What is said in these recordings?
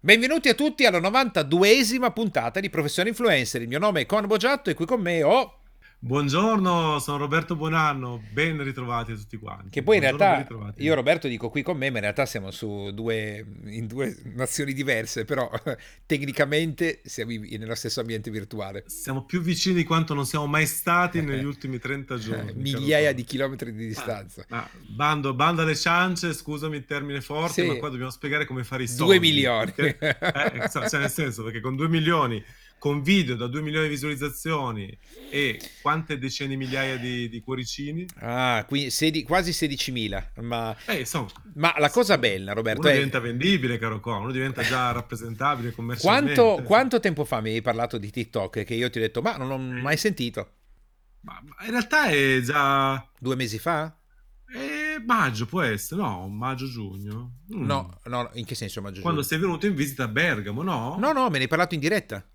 Benvenuti a tutti alla 92esima puntata di Professione Influencer. Il mio nome è Con Boggiatto e qui con me ho... Buongiorno, sono Roberto Buonanno, ben ritrovati a tutti Che quanti. poi in Buongiorno, ben realtà, ritrovati. io Roberto dico qui con me, ma in realtà siamo in due nazioni diverse, però tecnicamente siamo nello stesso ambiente virtuale. Siamo più vicini di quanto non siamo mai stati negli ultimi 30 giorni, caro Migliaia di Con. chilometri di Ah, distanza. bando alle ciance, scusami il termine forte, ma Sì, qua dobbiamo spiegare come fare i 2 soldi, milioni. perché, cioè nel senso, perché con 2 milioni, con video da 2 milioni di visualizzazioni e quante decine di migliaia di cuoricini, Ah, quindi quasi 16.000, insomma, ma la cosa bella, Roberto, uno è diventa vendibile, caro Con, uno diventa già rappresentabile quanto, commercialmente. quanto tempo fa mi hai parlato di TikTok che io ti ho detto, ma non ho mai sentito? Ma in realtà è già 2 mesi fa? maggio, può essere, no? Maggio-giugno. No, no, in che senso Quando maggio-giugno? sei venuto in visita a Bergamo, No, no? no, me ne hai parlato in diretta.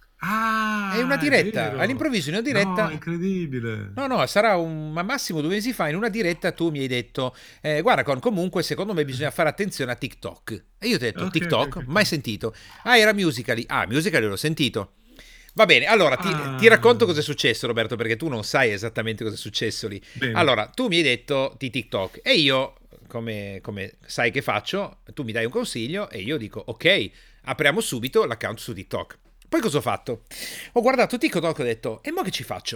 È una Ah, è diretta, vero. all'improvviso in una No, diretta. incredibile. No, no, sarà ma massimo 2 mesi fa in una diretta tu mi hai detto, guarda comunque secondo me bisogna fare attenzione a TikTok. E io ti ho detto, Ok, ok, ok, TikTok? Mai ok. sentito? Ah, era Musical.ly. Ah, Musical.ly l'ho sentito. Va bene, allora ti racconto cosa Ah, è successo, Roberto, perché tu non sai esattamente cosa è successo lì. bene. Allora, tu mi hai detto di TikTok e io, come sai che faccio, tu mi dai un consiglio e io dico, ok, apriamo subito l'account su TikTok. Poi cosa ho fatto? Ho guardato TikTok e ho detto, e mo che ci faccio?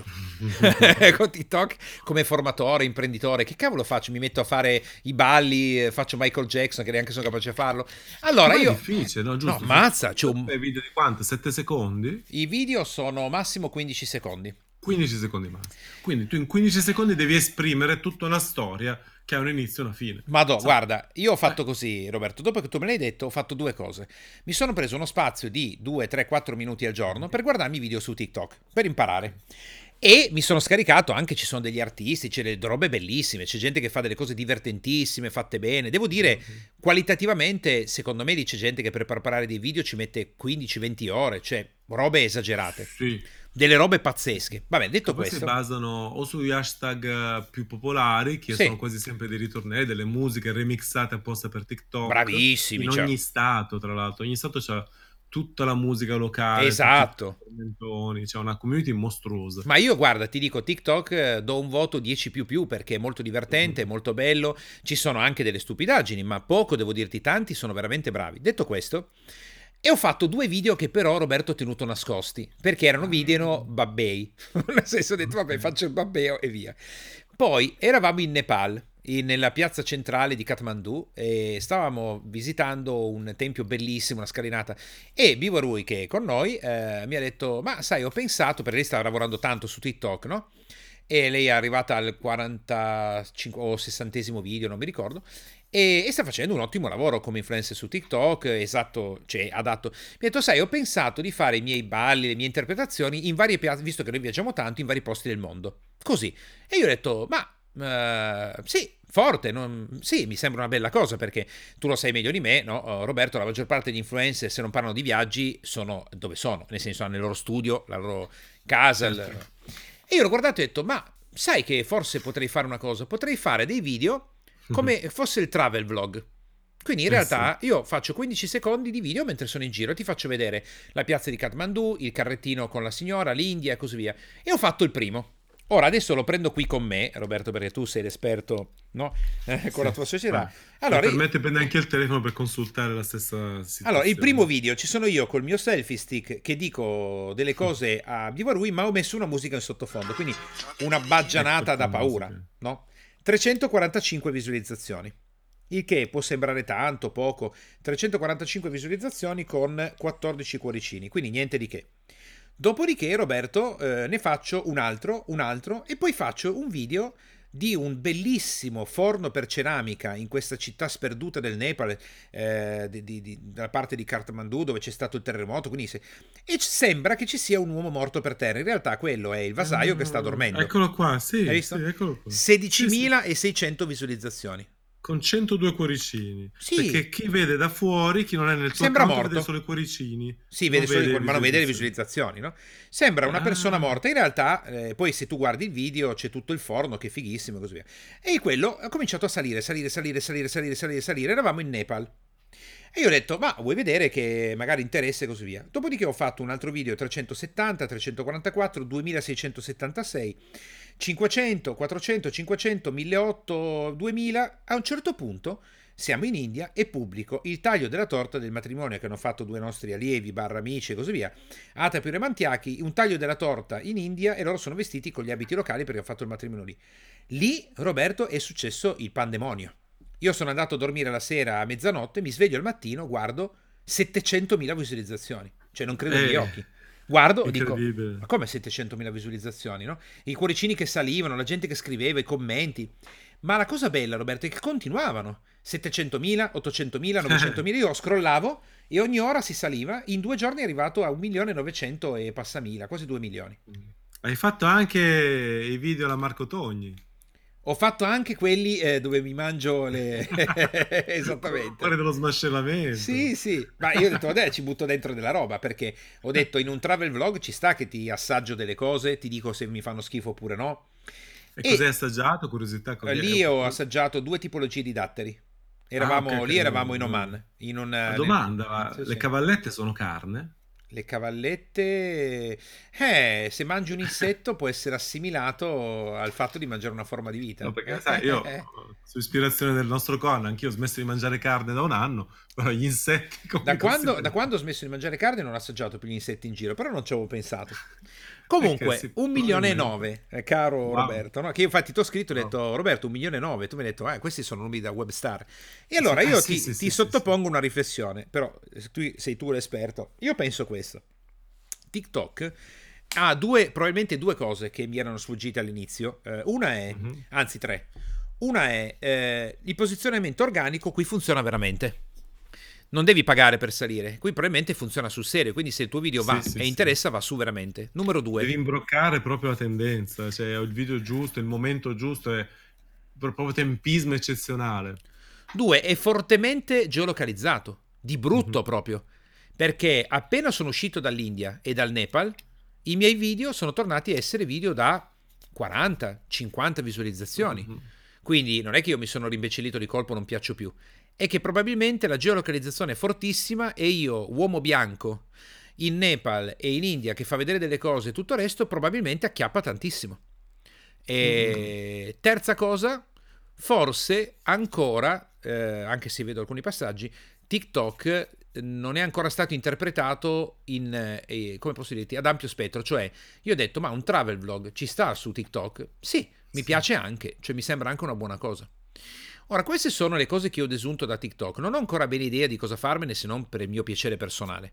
Con TikTok come formatore, imprenditore, che cavolo faccio? Mi metto a fare i balli, faccio Michael Jackson, che neanche sono capace di farlo. Che Allora poi è io... difficile, no? No, Giusto? Su mazza, TikTok fai video di quanto? 7 secondi? i video sono massimo 15 secondi. 15 secondi massimo. Quindi tu in 15 secondi devi esprimere tutta una storia che ha un inizio e una fine. Madò, Insomma, guarda, io ho fatto così, Roberto. Dopo che tu me l'hai detto, ho fatto due cose. Mi sono preso uno spazio di 2, 3, 4 minuti al giorno per guardarmi i video su TikTok, per ok. imparare. E mi sono scaricato anche, ci sono degli artisti, c'è delle robe bellissime, c'è gente che fa delle cose divertentissime, fatte bene. Devo Ok, dire, ok. qualitativamente, secondo me, c'è gente che per preparare dei video ci mette 15-20 ore, cioè robe esagerate. Sì, Delle robe pazzesche. Vabbè, che detto poi si questo, basano o sugli hashtag più popolari, che sono sì, quasi sempre dei ritornelli, delle musiche remixate apposta per TikTok, bravissimi, in cioè, ogni stato, tra l'altro. Ogni stato c'ha tutta la musica locale, tutti i esatto. tormentoni, c'è una community mostruosa. Ma io guarda, ti dico TikTok, do un voto 10 più perché è molto divertente, è Mhm. molto bello, ci sono anche delle stupidaggini, ma poco devo dirti, tanti sono veramente bravi. Detto questo, e ho fatto due video che però Roberto ho tenuto nascosti, perché erano video Ah, babbei. Nel senso ho detto vabbè, ok. faccio il babbeo e via. Poi eravamo in Nepal, nella piazza centrale di Kathmandu, e stavamo visitando un tempio bellissimo, una scalinata, e Bivarui, che è con noi, mi ha detto, ma sai, ho pensato, perché lei stava lavorando tanto su TikTok, no? E lei è arrivata al 45 o 60esimo video, non mi ricordo, e sta facendo un ottimo lavoro come influencer su TikTok, esatto, cioè adatto. Mi ha detto, sai, ho pensato di fare i miei balli, le mie interpretazioni in varie piazze, visto che noi viaggiamo tanto, in vari posti del mondo. Così. E io ho detto, ma sì, forte, sì, mi sembra una bella cosa perché tu lo sai meglio di me, no? Roberto, la maggior parte degli influencer, se non parlano di viaggi, sono dove sono, nel senso hanno il loro studio, la loro casa. Certo. E io l'ho guardato e ho detto, ma sai che forse potrei fare una cosa? Potrei fare dei video come fosse il travel vlog. Quindi in Eh sì. realtà io faccio 15 secondi di video mentre sono in giro e ti faccio vedere la piazza di Kathmandu, il carrettino con la signora, l'India e così via. E ho fatto il primo. Ora adesso lo prendo qui con me, Roberto, perché tu sei l'esperto, no? Con Sì, la tua società. vai. Mi Allora, permette di prendere anche il telefono per consultare la stessa il primo situazione. video ci sono io col mio selfie stick che dico delle cose a Divarui, ma ho messo una musica in sottofondo, quindi una Ecco baggianata la da paura, musica. no? 345 visualizzazioni. Il che può sembrare tanto, poco. 345 visualizzazioni con 14 cuoricini, quindi niente di che. Dopodiché, Roberto, ne faccio un altro, e poi faccio un video di un bellissimo forno per ceramica in questa città sperduta del Nepal, dalla parte di Kathmandu dove c'è stato il terremoto. E sembra che ci sia un uomo morto per terra. In realtà quello è il vasaio che sta dormendo. Eccolo qua, Hai sì, sì, visto? eccolo qua. Sì, sì. 16.600 visualizzazioni. Con 102 cuoricini. Sì, Perché chi vede da fuori, chi non è nel tuo sembra account, vede solo morto. i cuoricini, Sì, non vede solo vede le ma non vede le visualizzazioni. visualizzazioni, no? Sembra una persona Ah, morta. In realtà, poi se tu guardi il video, c'è tutto il forno che è fighissimo e così via. E quello ha cominciato a salire, salire, salire, salire, salire, salire, salire. Eravamo in Nepal. E io ho detto, ma vuoi vedere che magari interessa e così via. Dopodiché ho fatto un altro video 370, 344, 2676, 500, 400, 500, 1800, 2000. A un certo punto siamo in India e pubblico il taglio della torta del matrimonio che hanno fatto due nostri allievi, barra amici e così via, Atapir e Mantiachi, un taglio della torta in India e loro sono vestiti con gli abiti locali perché hanno fatto il matrimonio lì. Lì, Roberto, è successo il pandemonio. Io sono andato a dormire la sera a mezzanotte, mi sveglio al mattino, guardo 700.000 visualizzazioni. Cioè, non credo ai miei occhi. Guardo e dico, Incredibile. ma come 700.000 visualizzazioni, no? I cuoricini che salivano, la gente che scriveva, i commenti. Ma la cosa bella, Roberto, è che continuavano. 700.000, 800.000, 900.000. Io scrollavo e ogni ora si saliva. In 2 giorni è arrivato a 1.900.000 e passamila, quasi 2 milioni. Hai fatto anche i video alla Marco Togni. Ho fatto anche quelli dove mi mangio le... Esattamente. Fuori dello smascellamento. Sì, sì, ma io ho detto, vabbè, ci butto dentro della roba, perché ho detto, in un travel vlog ci sta che ti assaggio delle cose, ti dico se mi fanno schifo oppure no. E cos'hai E assaggiato? Curiosità. lì ho assaggiato 2 tipologie di datteri. Ah, ok, ok. Lì eravamo in Oman, in un... Una domanda, ma sì, le sì. cavallette sono carne? Le cavallette, se mangi un insetto può essere assimilato al fatto di mangiare una forma di No, vita. perché sai, io, su ispirazione del nostro Conan, anch'io ho smesso di mangiare carne da un anno, però gli insetti come Da li quando, consideri? ho smesso di mangiare carne non ho assaggiato più gli insetti in giro, però non ci avevo pensato. Perché Comunque, sì, 1.900.000, probabilmente. caro Wow, Roberto, no? Che io infatti ti ho scritto e ho wow. detto, Roberto, 1.900.000, tu mi hai detto, questi sono numeri da Webstar. E Sì, allora io sì, sì, ti sì, sì, sì. sottopongo una riflessione, però sei tu l'esperto. Io penso questo. TikTok ha probabilmente due cose che mi erano sfuggite all'inizio. Una è, Mhm. anzi tre. Una è il posizionamento organico, qui funziona veramente. Non devi pagare per salire, qui probabilmente funziona sul serio, quindi se il tuo video Sì, va sì, e sì. interessa va su veramente. Numero Devi due. imbroccare proprio la tendenza, cioè ho il video giusto, il momento giusto, è proprio tempismo eccezionale. Due, è fortemente geolocalizzato, di brutto Mhm. proprio, perché appena sono uscito dall'India e dal Nepal, i miei video sono tornati a essere video da 40, 50 visualizzazioni. Mhm. Quindi non è che io mi sono rimbecillito di colpo, non piaccio più. È che probabilmente la geolocalizzazione è fortissima e io, uomo bianco, in Nepal e in India che fa vedere delle cose e tutto il resto, probabilmente acchiappa tantissimo. Mhm. E terza cosa, forse ancora, anche se vedo alcuni passaggi, TikTok non è ancora stato interpretato come posso dirti, ad ampio spettro. Cioè, io ho detto, ma un travel vlog ci sta su TikTok? Sì, mi Sì. piace anche, cioè mi sembra anche una buona cosa. Ora, queste sono le cose che io ho desunto da TikTok. Non ho ancora bene idea di cosa farmene se non per il mio piacere personale.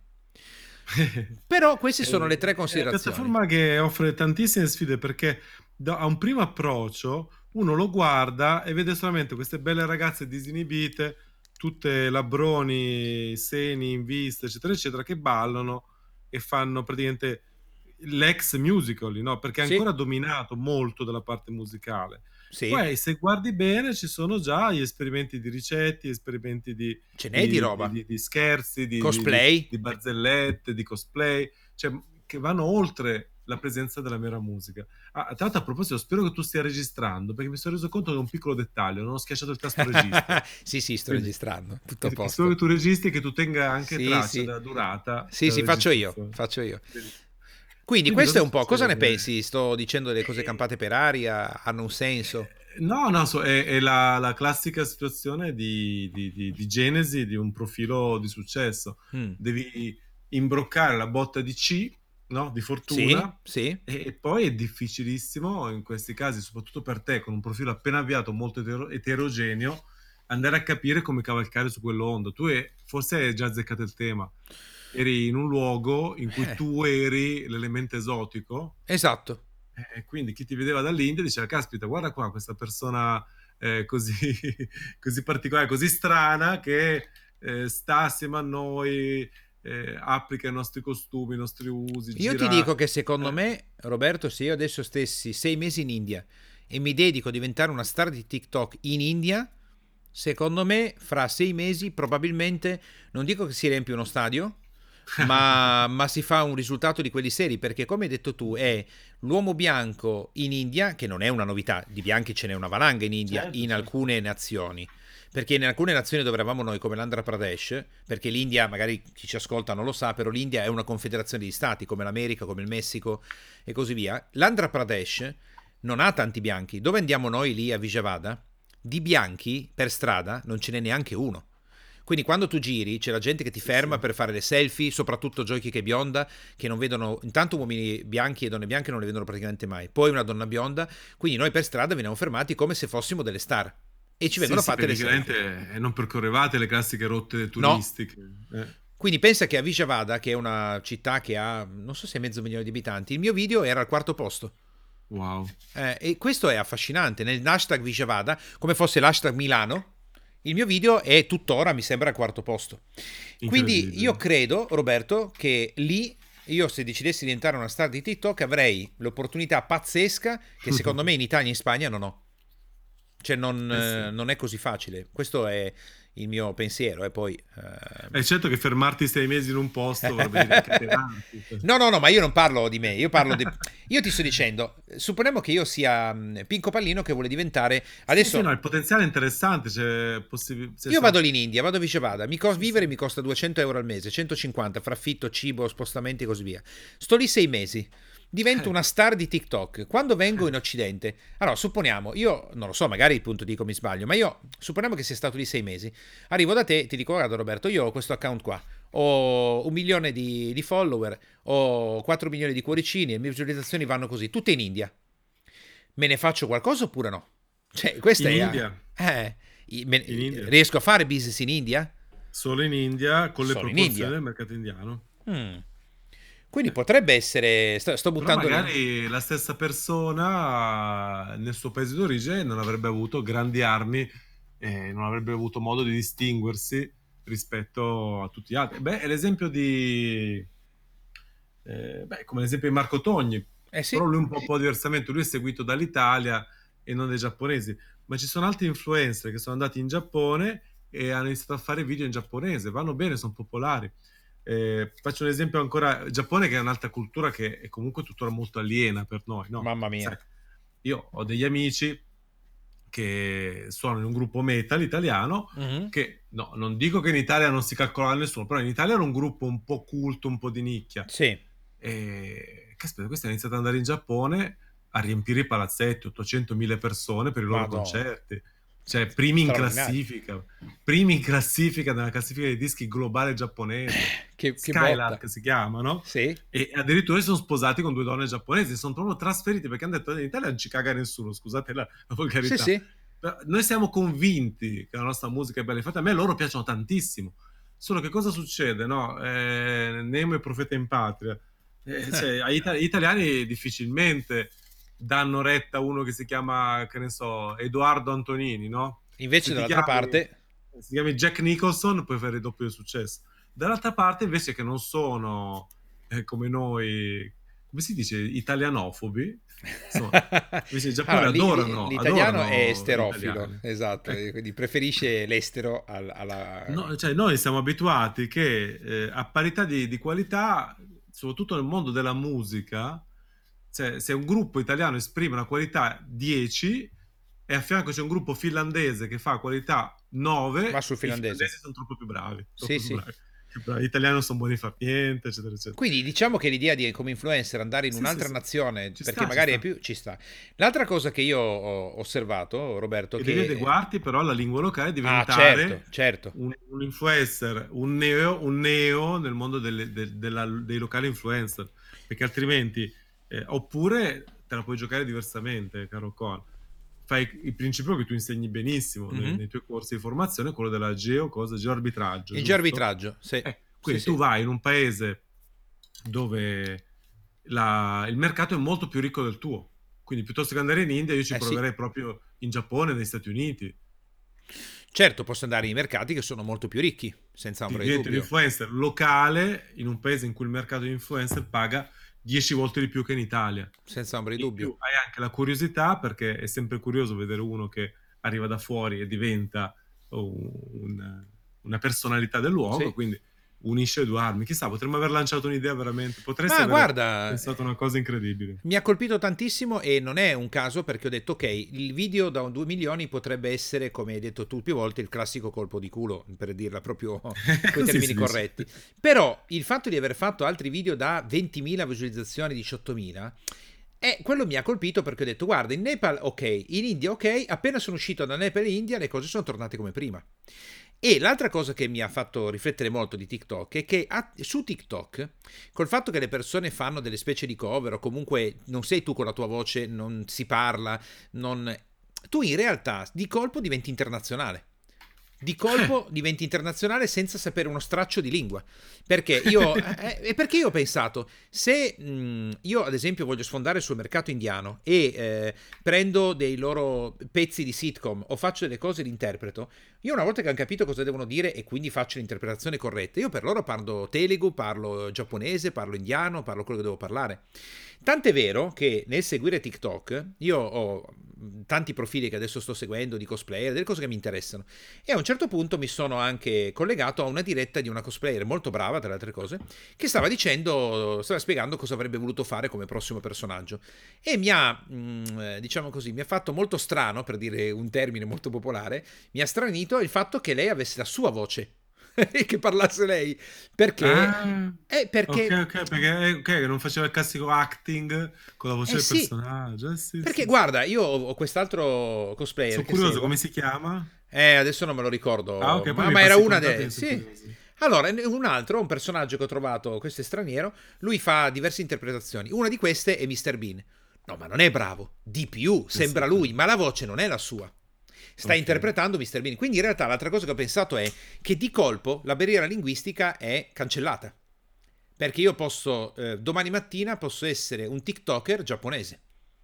Però queste sono le tre È una considerazioni. piattaforma che offre tantissime sfide perché a un primo approccio uno lo guarda e vede solamente queste belle ragazze disinibite, tutte labbroni, seni in vista, eccetera, eccetera, che ballano e fanno praticamente l'ex musical, no? Perché è ancora Sì, dominato molto dalla parte musicale. sì, Poi, se guardi bene, ci sono già gli esperimenti di ricetti, esperimenti ce n'è di roba. di scherzi, Cosplay. di barzellette, di cosplay, cioè che vanno oltre la presenza della mera musica. Ah, tra l'altro, a proposito, spero che tu stia registrando, perché mi sono reso conto di un piccolo dettaglio, non ho schiacciato il tasto registra. Sì, sì, sto Quindi registrando, tutto a spero che posto. tu registri e che tu tenga anche Sì, traccia sì. della durata Sì, della sì, faccio io, registrazione. faccio io. Quindi, Quindi quindi questo è cosa un po', cosa ne succede? pensi? Sto dicendo delle cose campate per aria, hanno un senso? No, no, è la classica situazione di genesi di un profilo di successo. Mm. Devi imbroccare la botta di C, no? Di Sì, fortuna, sì, e poi è difficilissimo in questi casi, soprattutto per te, con un profilo appena avviato, molto eterogeneo, andare a capire come cavalcare su quell'onda. Forse hai già azzeccato il tema. Eri in un luogo in cui eh, tu eri l'elemento esotico, esatto. e quindi chi ti vedeva dall'India diceva, caspita, guarda qua, questa persona così, così particolare, così strana, che sta assieme a noi, applica i nostri costumi, i nostri usi, Io ti gira... dico che secondo eh, me, Roberto, se io adesso stessi 6 mesi in India e mi dedico a diventare una star di TikTok in India, secondo me fra 6 mesi probabilmente, non dico che si riempie uno stadio, ma si fa un risultato di quelli seri, perché come hai detto tu è l'uomo bianco in India, che non è una novità, di bianchi ce n'è una valanga in India, certo, in certo. alcune nazioni, perché in alcune nazioni dove eravamo noi, come l'Andhra Pradesh, perché l'India, magari chi ci ascolta non lo sa, però l'India è una confederazione di stati, come l'America, come il Messico e così via. L'Andhra Pradesh non ha tanti bianchi. Dove andiamo noi lì a Vijayawada, di bianchi per strada non ce n'è neanche uno. Quindi quando tu giri c'è la gente che ti Sì, sì. ferma per fare le selfie, soprattutto Joyki che è bionda, che non vedono, intanto uomini bianchi e donne bianche non le vedono praticamente mai, poi una donna bionda, quindi noi per strada veniamo fermati come se fossimo delle star e ci Sì, vengono sì, fatte le perché selfie. chiaramente non percorrevate le classiche rotte No, turistiche. quindi pensa che a Vijayawada, che è una città che ha, non so se mezzo milione di abitanti, il mio video era al quarto posto. Wow, E questo è affascinante. Nell'hashtag Vijayawada, come fosse l'hashtag Milano, il mio video è tuttora, mi sembra, al quarto posto. Quindi io incredibile. credo, Roberto, che lì io se decidessi di diventare una star di TikTok avrei l'opportunità pazzesca che secondo me in Italia e in Spagna non ho. Cioè Eh sì. non è così facile. Questo è il mio pensiero. E poi... È certo che fermarti 6 mesi in un posto vorrebbe dire incatenarti. No, no, no, ma io non parlo di me, io parlo di... Io ti sto dicendo, supponiamo che io sia Pinco Pallino che vuole diventare... Sì, sì, Adesso no, il potenziale è interessante, io vado lì in India, vado a Vijayawada, sì, vivere sì. mi costa 200 euro al mese, 150 fra affitto, cibo, spostamenti e così via. Sto lì 6 mesi, divento Eh, una star di TikTok. Quando vengo in Occidente, allora supponiamo, io non lo so, magari appunto dico mi sbaglio, ma io supponiamo che sia stato lì 6 mesi, arrivo da te e ti dico guarda Roberto, io ho questo account qua, ho 1 milione di follower, ho 4 milioni di cuoricini, le mie visualizzazioni vanno così, tutte in India. Me ne faccio qualcosa oppure no? Cioè, questa in è... India, Eh, in India, riesco a fare business in India? solo in India, con le Solo in proporzioni India. del mercato indiano. Mm. Quindi potrebbe essere... Sto Però buttando lì... magari la stessa persona nel suo paese d'origine non avrebbe avuto grandi armi e non avrebbe avuto modo di distinguersi rispetto a tutti gli altri. Beh, è l'esempio come l'esempio di Marco Togni, Eh però sì, lui un po' diversamente, lui è seguito dall'Italia e non dai giapponesi, ma ci sono altri influencer che sono andati in Giappone e hanno iniziato a fare video in giapponese, vanno bene, sono popolari. Faccio un esempio ancora, il Giappone che è un'altra cultura che è comunque tuttora molto aliena per noi, no? mamma mia. Sai, io ho degli amici che suonano in un gruppo metal italiano Mhm. che, no, non dico che in Italia non si calcola nessuno, però in Italia era un gruppo un po' culto, un po' di nicchia. Sì, E caspita, questi hanno iniziato ad andare in Giappone a riempire i palazzetti, 800.000 persone per i loro madonna. concerti. Cioè, Straordinario. primi in classifica nella classifica dei dischi globale giapponese. Che botta. Skylark si chiama, no? Sì? E addirittura si sono sposati con due donne giapponesi, sono proprio trasferiti perché hanno detto in Italia non ci caga nessuno, scusate la Sì, volgarità. sì. Però noi siamo convinti che la nostra musica è bella, infatti a me loro piacciono tantissimo. Solo che cosa succede, no? Nemo è profeta in patria. Cioè, agli italiani difficilmente danno retta a uno che si chiama, che ne so, Edoardo Antonini, no? Invece Se ti dall'altra chiami, parte... se ti chiami Jack Nicholson puoi fare il doppio di successo. Dall'altra parte invece che non sono come noi, come si dice, italianofobi, insomma, invece in Giappone Allora, l'italiano è adorano gli esterofilo, italiani. esatto, e Ecco. quindi preferisce l'estero No, cioè noi siamo abituati che a parità di qualità, soprattutto nel mondo della musica, cioè, se un gruppo italiano esprime una qualità 10 e a fianco c'è un gruppo finlandese che fa qualità Va 9, sul i finlandesi finlandese. sono troppo più bravi, Sì, troppo più sì. bravi. Gli italiani non sono buoni a far niente, eccetera, eccetera. Quindi diciamo che l'idea di come influencer andare in Sì, sì, un'altra sì. nazione, Ci perché sta, ci magari è sta. più, ci sta. L'altra cosa che io ho osservato, Roberto, E devi che... adeguarti però alla lingua locale e Ah, certo, diventare certo. un influencer, un neo nel mondo dei locali influencer, perché altrimenti, oppure te la puoi giocare diversamente, caro Con. Fai il principio che tu insegni benissimo nei, Mhm. nei tuoi corsi di formazione, quello della geoarbitraggio, Il giusto? geoarbitraggio, sì, sì, Quindi tu sì. vai in un paese dove il mercato è molto più ricco del tuo. Quindi piuttosto che andare in India, io ci Eh sì. proverei proprio in Giappone, negli Stati Uniti. Certo, posso andare in mercati che sono molto più ricchi, senza Ti ombra di diventi un dubbio, influencer locale in un paese in cui il mercato di influencer paga 10 volte di più che in Italia. senza ombra di In più dubbio. hai anche la curiosità, perché è sempre curioso vedere uno che arriva da fuori e diventa una personalità del luogo, Sì. quindi unisce due armi. Chissà, potremmo aver lanciato un'idea veramente. Potresti Ma aver guarda, pensato una cosa incredibile. mi ha colpito tantissimo e non è un caso perché ho detto ok, il video da 2 milioni potrebbe essere, come hai detto tu più volte, il classico colpo di culo, per dirla proprio con i Così termini si dice. corretti. Però il fatto di aver fatto altri video da 20.000 visualizzazioni, 18.000, quello mi ha colpito perché ho detto guarda, in Nepal ok, in India ok, appena sono uscito da Nepal e India le cose sono tornate come prima. E l'altra cosa che mi ha fatto riflettere molto di TikTok è che su TikTok, col fatto che le persone fanno delle specie di cover o comunque non sei tu con la tua voce, non si parla, non... tu in realtà di colpo diventi internazionale. Di colpo diventi internazionale senza sapere uno straccio di lingua. Perché io ho pensato, se io ad esempio voglio sfondare sul mercato indiano e prendo dei loro pezzi di sitcom o faccio delle cose di interpreto, io una volta che hanno capito cosa devono dire e quindi faccio l'interpretazione corretta, io per loro parlo telugu, parlo giapponese, parlo indiano, parlo quello che devo parlare. Tant'è vero che nel seguire TikTok io ho tanti profili che adesso sto seguendo di cosplayer, delle cose che mi interessano. E a un certo punto mi sono anche collegato a una diretta di una cosplayer molto brava, tra le altre cose, che stava spiegando cosa avrebbe voluto fare come prossimo personaggio. E diciamo così, mi ha fatto molto strano, per dire un termine molto popolare, mi ha stranito il fatto che lei avesse la sua voce e che parlasse lei. Perché? Ah, ok, Perché ok, perché ok, che non faceva il classico acting con la voce del sì, personaggio. Sì, perché sì, sì. guarda, io ho quest'altro cosplayer Sono che curioso come seguo. si chiama. Adesso non me lo Ah, ricordo, ok, poi ma, mi ma era passi i una contatti delle... che sono Sì. curioso. Allora, un personaggio che ho trovato, questo è straniero, lui fa diverse interpretazioni. Una di queste è Mr. Bean. No, ma non è bravo. Di più, sembra Pensate. lui, ma la voce non è la sua. Sta Ok, interpretando Mr. Bean. Quindi in realtà l'altra cosa che ho pensato è che di colpo la barriera linguistica è cancellata. Perché io posso, domani mattina, posso essere un TikToker giapponese.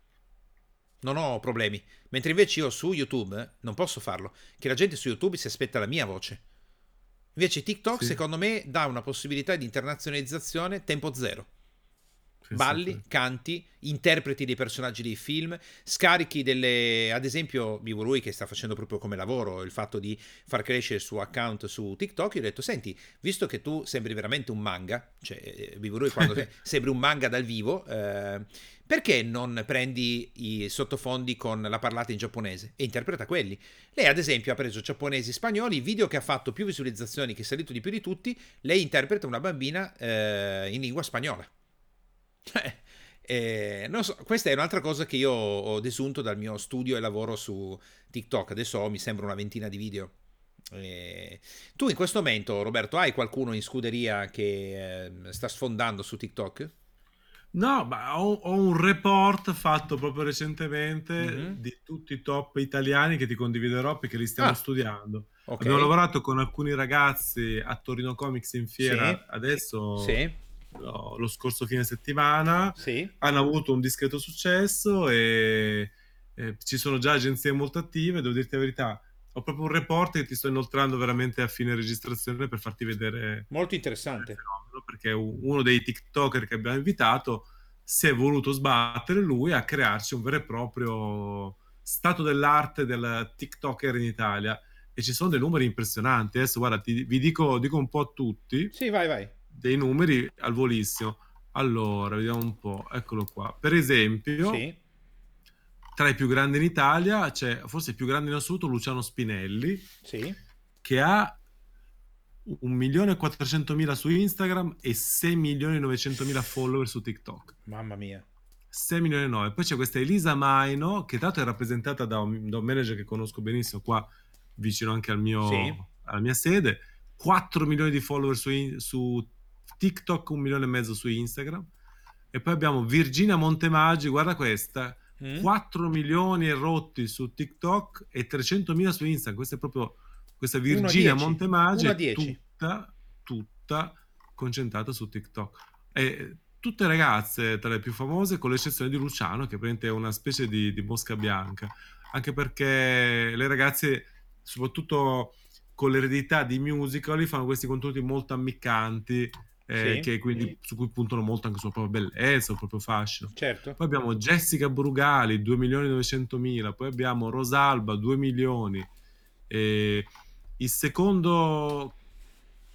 Non ho problemi. Mentre invece io su YouTube non posso farlo. Che la gente su YouTube si aspetta la mia voce. Invece TikTok sì, secondo me dà una possibilità di internazionalizzazione tempo zero. pensate. Balli, canti, interpreti dei personaggi dei film, scarichi delle... Ad esempio, vivo lui che sta facendo proprio come lavoro il fatto di far crescere il suo account su TikTok. Io ho detto, senti, visto che tu sembri veramente un manga, cioè vivo lui quando sembri un manga dal vivo, perché non prendi i sottofondi con la parlata in giapponese e interpreta quelli? Lei, ad esempio, ha preso giapponesi, spagnoli, video che ha fatto più visualizzazioni, che è salito di più di tutti. Lei interpreta una bambina in lingua spagnola. Cioè, non so, questa è un'altra cosa che io ho desunto dal mio studio e lavoro su TikTok. Adesso mi sembra una ventina di video. Tu in questo momento, Roberto, hai qualcuno in scuderia che sta sfondando su TikTok? No, ma ho un report fatto proprio recentemente Mhm. di tutti i top italiani che ti condividerò perché li stiamo Ah, studiando. ok. Abbiamo lavorato con alcuni ragazzi a Torino Comics in Sì, fiera adesso, sì, no, lo scorso fine settimana. sì. Hanno avuto un discreto successo e ci sono già agenzie molto attive. Devo dirti la verità, ho proprio un report che ti sto inoltrando veramente a fine registrazione per farti vedere Molto il interessante. fenomeno, perché uno dei TikToker che abbiamo invitato si è voluto sbattere lui a crearci un vero e proprio stato dell'arte del TikToker in Italia. E ci sono dei numeri impressionanti. Adesso, guarda, dico un po' a tutti Sì, vai, vai. dei numeri al volissimo. Allora, vediamo un po'. Eccolo qua. Per esempio, Sì, tra i più grandi in Italia c'è forse il più grande in assoluto Luciano Spinelli, sì. che ha 1.400.000 su Instagram e 6.900.000 follower su TikTok. Mamma mia. 6 milioni e 9. Poi c'è questa Elisa Maino, che tanto è rappresentata da un manager che conosco benissimo qua, vicino anche Sì. alla mia sede. 4 milioni di follower su TikTok, 1,5 milioni su Instagram. E poi abbiamo Virginia Montemaggi, guarda questa, Mm? 4 milioni e rotti su TikTok e 300.000 su Instagram. Questa è proprio questa 1 a Virginia 10. Montemaggi 1 a è 10. tutta concentrata su TikTok. E tutte ragazze tra le più famose, con l'eccezione di Luciano, che praticamente è una specie di mosca bianca, anche perché le ragazze, soprattutto con l'eredità di musical, fanno questi contenuti molto ammiccanti, Sì, che quindi su cui puntano molto anche sulla propria bellezza, sul proprio fascino. certo. Poi abbiamo Jessica Brugali, 2 milioni e 900.000, poi abbiamo Rosalba, 2 milioni. E il secondo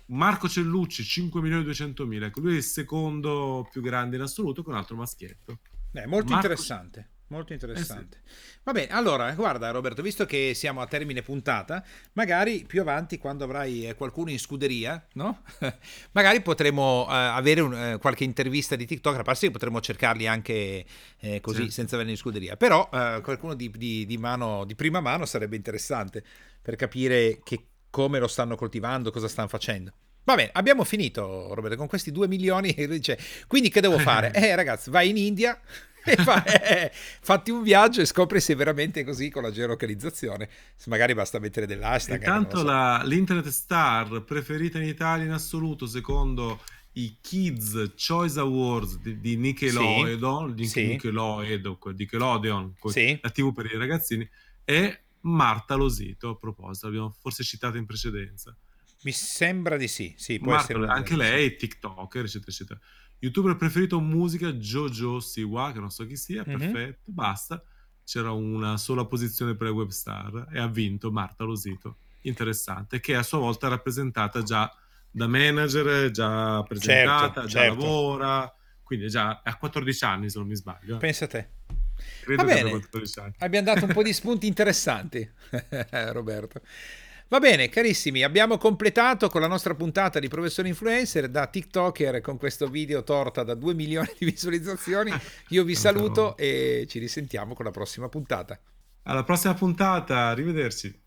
Marco Cellucci 5.200.000, ecco, lui è il secondo più grande in assoluto con un altro maschietto. Molto Marco, interessante, molto sì, interessante. Va bene, allora, guarda Roberto, visto che siamo a termine puntata, magari più avanti, quando avrai qualcuno in scuderia, no? Magari potremo avere qualche intervista di TikTok, a parte che potremo cercarli anche così, certo. senza avere in scuderia, però qualcuno di mano, di prima mano sarebbe interessante per capire come lo stanno coltivando, cosa stanno facendo. Va bene, abbiamo finito, Roberto, con questi 2 milioni. Dice, quindi che devo fare? Ragazzi, vai in India e fatti un viaggio e scopri se è veramente così con la geolocalizzazione. Se magari basta mettere dell'hashtag, non lo Intanto so. l'Internet Star preferita in Italia in assoluto, secondo i Kids Choice Awards di Sì, Nickelodeon, sì, Nickelodeon, sì, la TV per i ragazzini, è Marta Losito. A proposito, l'abbiamo forse citato in precedenza. mi sembra di sì. Sì, può essere Marta, una anche delle... Sì. lei, TikToker, eccetera, eccetera. YouTuber preferito musica, Jojo Siwa, che non so chi sia, Mhm. perfetto, basta. C'era una sola posizione per le webstar e ha vinto Marta Losito. Interessante, che a sua volta è rappresentata già da manager, già Certo, presentata, già certo. lavora, quindi è già a 14 anni se non mi sbaglio. Pensa a te. Va Credo che abbia bene, 14 anni. abbiamo dato un po' di spunti interessanti, Roberto. Va bene, carissimi, abbiamo completato con la nostra puntata di Professore Influencer da TikToker con questo video torta da 2 milioni di visualizzazioni. Io vi Tanta roba. saluto e ci risentiamo con la prossima puntata. Alla prossima puntata, arrivederci.